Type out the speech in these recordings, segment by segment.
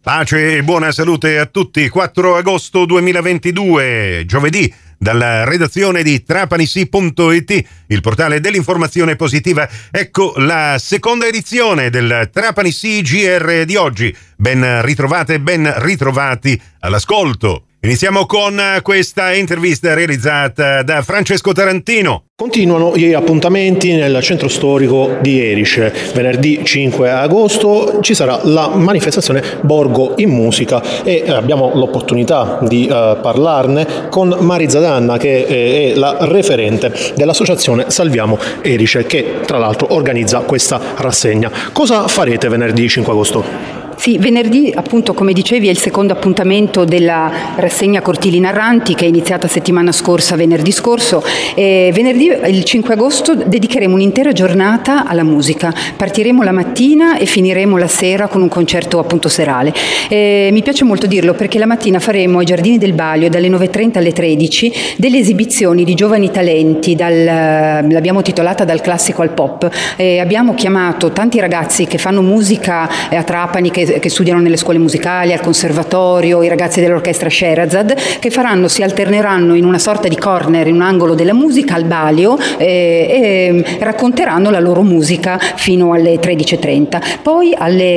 Pace e buona salute a tutti. 4 agosto 2022, giovedì, dalla redazione di trapanisi.it, il portale dell'informazione positiva. Ecco la seconda edizione del Trapanisi GR di oggi. Ben ritrovate, ben ritrovati all'ascolto. Iniziamo con questa intervista realizzata da Francesco Tarantino. Continuano gli appuntamenti nel centro storico di Erice. Venerdì 5 agosto ci sarà la manifestazione Borgo in Musica e abbiamo l'opportunità di parlarne con Mariza Danna, che è la referente dell'associazione Salviamo Erice, che tra l'altro organizza questa rassegna. Cosa farete venerdì 5 agosto? Sì, venerdì, appunto, come dicevi, è il secondo appuntamento della rassegna Cortili Narranti, che è iniziata settimana scorsa, venerdì scorso. Venerdì, il 5 agosto, dedicheremo un'intera giornata alla musica. Partiremo la mattina e finiremo la sera con un concerto, appunto, serale. Mi piace molto dirlo perché la mattina faremo ai Giardini del Balio, dalle 9:30 alle 13, delle esibizioni di giovani talenti, l'abbiamo titolata Dal classico al pop. Abbiamo chiamato tanti ragazzi che fanno musica a Trapani, che studiano nelle scuole musicali, al conservatorio, i ragazzi dell'orchestra Sherazad, che si alterneranno in una sorta di corner, in un angolo della musica al Balio, e racconteranno la loro musica fino alle 13:30. Poi alle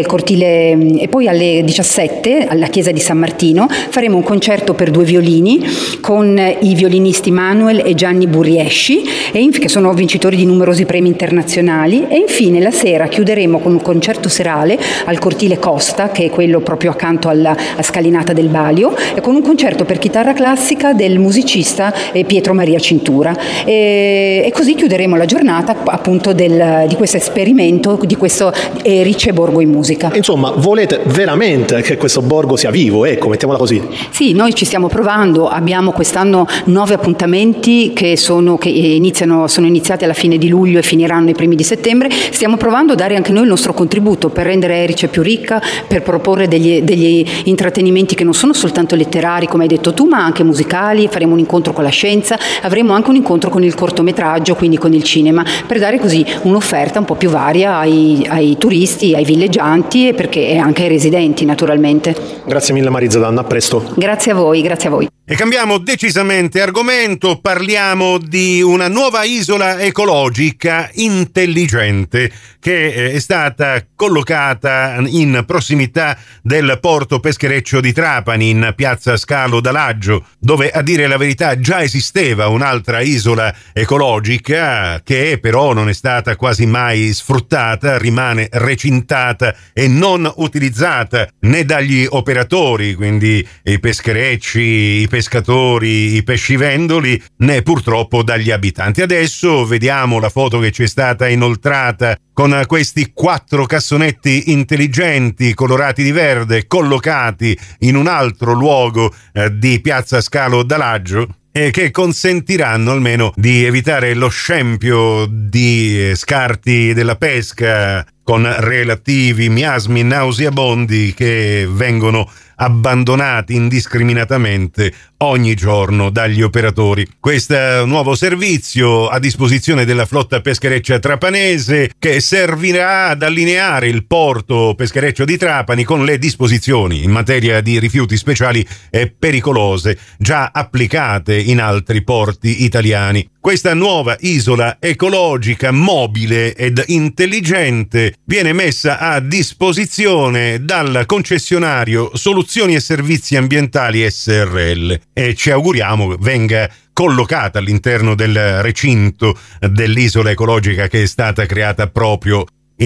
17, alla chiesa di San Martino, faremo un concerto per 2 violini con i violinisti Manuel e Gianni Buriesci, che sono vincitori di numerosi premi internazionali, e infine la sera chiuderemo con un concerto serale al cortile Costa, che è quello proprio accanto alla scalinata del Balio, e con un concerto per chitarra classica del musicista Pietro Maria Cintura. E così chiuderemo la giornata, appunto, di questo esperimento, di questo Erice Borgo in Musica. Insomma, volete veramente che questo borgo sia vivo, mettiamola così? Sì, noi ci stiamo provando. Abbiamo quest'anno 9 appuntamenti che sono iniziati alla fine di luglio e finiranno i primi di settembre. Stiamo provando a dare anche noi il nostro contributo per rendere Erice più ricca, per proporre degli intrattenimenti che non sono soltanto letterari, come hai detto tu, ma anche musicali. Faremo un incontro con la scienza, avremo anche un incontro con il cortometraggio, quindi con il cinema, per dare così un'offerta un po' più varia ai turisti, ai villeggianti e anche ai residenti, naturalmente. Grazie mille Mariza Danna, a presto. Grazie a voi, grazie a voi. E cambiamo decisamente argomento, parliamo di una nuova isola ecologica intelligente che è stata collocata in prossimità del porto peschereccio di Trapani, in piazza Scalo d'Alaggio, dove, a dire la verità, già esisteva un'altra isola ecologica che però non è stata quasi mai sfruttata, rimane recintata e non utilizzata né dagli operatori, quindi i pescherecci, i pescatori, i pescivendoli, né purtroppo dagli abitanti. Adesso vediamo la foto che ci è stata inoltrata con questi 4 cassonetti intelligenti colorati di verde, collocati in un altro luogo di piazza Scalo d'Alaggio, e che consentiranno almeno di evitare lo scempio di scarti della pesca con relativi miasmi nauseabondi che vengono abbandonati indiscriminatamente ogni giorno dagli operatori. Questo nuovo servizio a disposizione della flotta peschereccia trapanese, che servirà ad allineare il porto peschereccio di Trapani con le disposizioni in materia di rifiuti speciali e pericolose già applicate in altri porti italiani. Questa nuova isola ecologica, mobile ed intelligente, viene messa a disposizione dal concessionario Soluzioni e Servizi Ambientali SRL e ci auguriamo venga collocata all'interno del recinto dell'isola ecologica che è stata creata proprio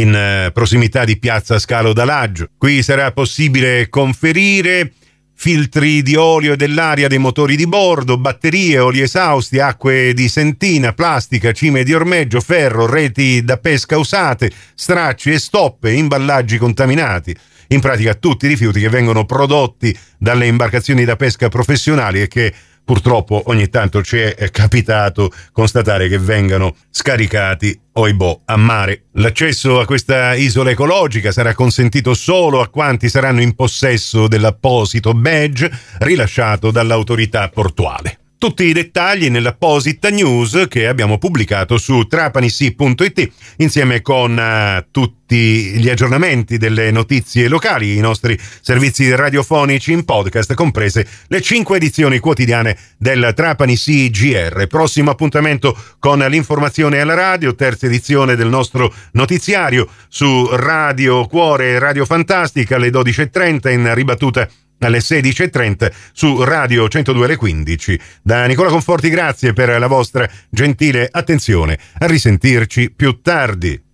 in prossimità di piazza Scalo d'Alaggio. Qui sarà possibile conferire filtri di olio e dell'aria dei motori di bordo, batterie, oli esausti, acque di sentina, plastica, cime di ormeggio, ferro, reti da pesca usate, stracci e stoppe, imballaggi contaminati. In pratica tutti i rifiuti che vengono prodotti dalle imbarcazioni da pesca professionali e che purtroppo ogni tanto ci è capitato constatare che vengano scaricati a mare. L'accesso a questa isola ecologica sarà consentito solo a quanti saranno in possesso dell'apposito badge rilasciato dall'autorità portuale. Tutti i dettagli nell'apposita news che abbiamo pubblicato su trapanisi.it insieme con tutti gli aggiornamenti delle notizie locali, i nostri servizi radiofonici in podcast, comprese le 5 edizioni quotidiane del Trapani GR. Prossimo appuntamento con l'informazione alla radio, terza edizione del nostro notiziario su Radio Cuore e Radio Fantastica alle 12.30, in ribattuta alle 16.30 su Radio 102 alle 15. Da Nicola Conforti grazie per la vostra gentile attenzione. A risentirci più tardi.